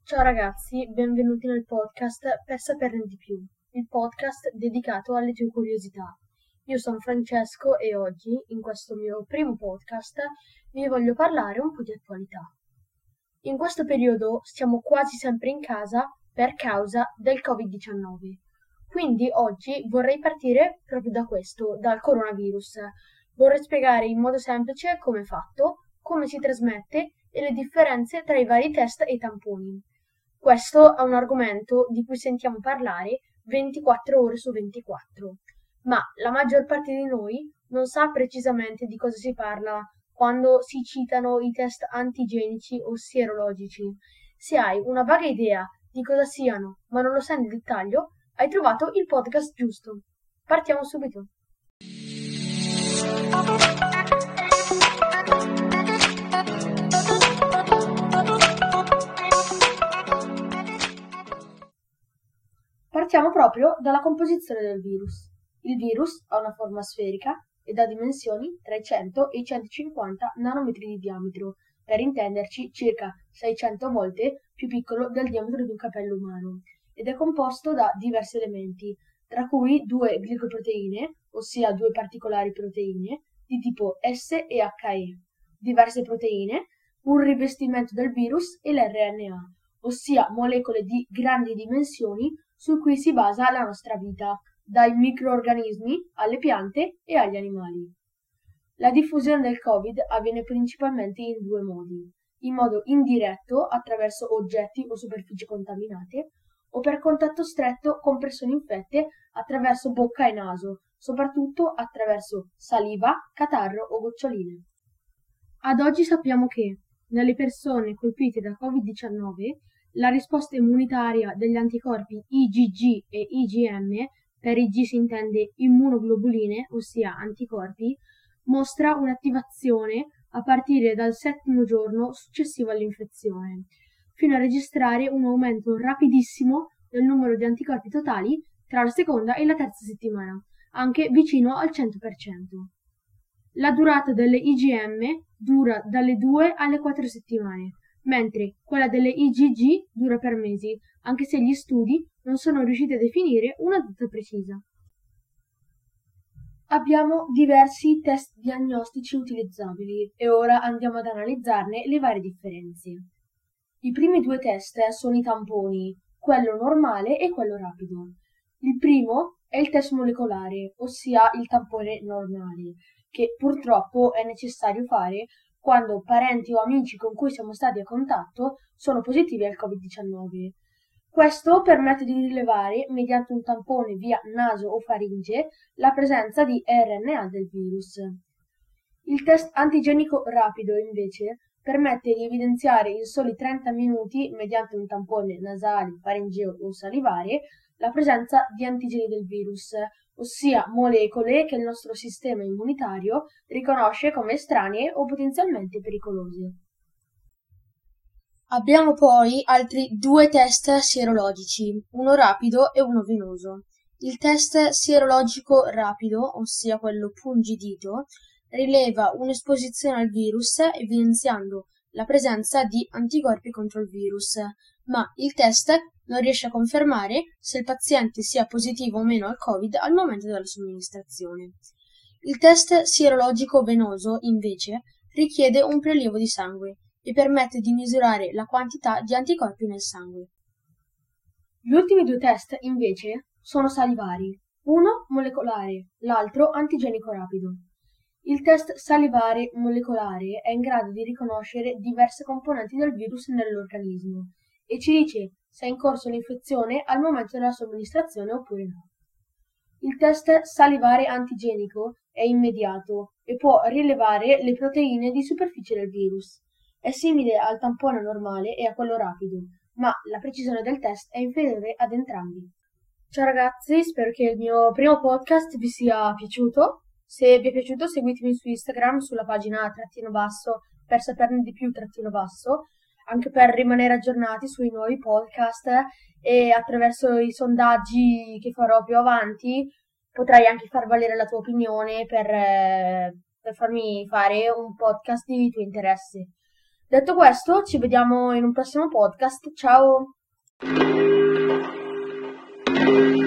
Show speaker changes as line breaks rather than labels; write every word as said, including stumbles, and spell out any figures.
Ciao ragazzi, benvenuti nel podcast Per saperne di più, il podcast dedicato alle tue curiosità. Io sono Francesco e oggi, in questo mio primo podcast, vi voglio parlare un po' di attualità. In questo periodo stiamo quasi sempre in casa per causa del covid diciannove, quindi oggi vorrei partire proprio da questo, dal coronavirus. Vorrei spiegare in modo semplice come è fatto, come si trasmette e le differenze tra i vari test e i tamponi. Questo è un argomento di cui sentiamo parlare ventiquattro ore su ventiquattro, ma la maggior parte di noi non sa precisamente di cosa si parla quando si citano i test antigenici o sierologici. Se hai una vaga idea di cosa siano, ma non lo sai nel dettaglio, hai trovato il podcast giusto. Partiamo subito. Partiamo proprio dalla composizione del virus. Il virus ha una forma sferica ed ha dimensioni tra i cento e i centocinquanta nanometri di diametro, per intenderci circa seicento volte più piccolo del diametro di un capello umano, ed è composto da diversi elementi, tra cui due glicoproteine, ossia due particolari proteine, di tipo S e H E, diverse proteine, un rivestimento del virus e l'R N A, ossia molecole di grandi dimensioni su cui si basa la nostra vita, dai microorganismi alle piante e agli animali. La diffusione del Covid avviene principalmente in due modi: in modo indiretto attraverso oggetti o superfici contaminate, o per contatto stretto con persone infette attraverso bocca e naso, soprattutto attraverso saliva, catarro o goccioline. Ad oggi sappiamo che nelle persone colpite da covid diciannove la risposta immunitaria degli anticorpi I G G e I G M, per I G si intende immunoglobuline, ossia anticorpi, mostra un'attivazione a partire dal settimo giorno successivo all'infezione, fino a registrare un aumento rapidissimo del numero di anticorpi totali tra la seconda e la terza settimana, anche vicino al cento per cento. La durata delle I G M dura dalle due alle quattro settimane, mentre quella delle I G G dura per mesi, anche se gli studi non sono riusciti a definire una data precisa. Abbiamo diversi test diagnostici utilizzabili e ora andiamo ad analizzarne le varie differenze. I primi due test sono i tamponi, quello normale e quello rapido. Il primo è il test molecolare, ossia il tampone normale, che purtroppo è necessario fare quando parenti o amici con cui siamo stati a contatto sono positivi al covid diciannove. Questo permette di rilevare, mediante un tampone via naso o faringe, la presenza di R N A del virus. Il test antigenico rapido, invece, permette di evidenziare in soli trenta minuti, mediante un tampone nasale, faringeo o salivare, la presenza di antigeni del virus, ossia molecole che il nostro sistema immunitario riconosce come estranee o potenzialmente pericolose. Abbiamo poi altri due test sierologici, uno rapido e uno venoso. Il test sierologico rapido, ossia quello pungidito, rileva un'esposizione al virus evidenziando la presenza di anticorpi contro il virus, ma il test non riesce a confermare se il paziente sia positivo o meno al Covid al momento della somministrazione. Il test sierologico venoso, invece, richiede un prelievo di sangue e permette di misurare la quantità di anticorpi nel sangue. Gli ultimi due test, invece, sono salivari, uno molecolare, l'altro antigenico rapido. Il test salivare molecolare è in grado di riconoscere diverse componenti del virus nell'organismo e ci dice se è in corso l'infezione al momento della somministrazione oppure no. Il test salivare antigenico è immediato e può rilevare le proteine di superficie del virus. È simile al tampone normale e a quello rapido, ma la precisione del test è inferiore ad entrambi. Ciao ragazzi, spero che il mio primo podcast vi sia piaciuto. Se vi è piaciuto seguitemi su Instagram sulla pagina trattino basso per saperne di più trattino basso, anche per rimanere aggiornati sui nuovi podcast e attraverso i sondaggi che farò più avanti potrai anche far valere la tua opinione per, eh, per farmi fare un podcast di tuo interesse. Detto questo, ci vediamo in un prossimo podcast. Ciao!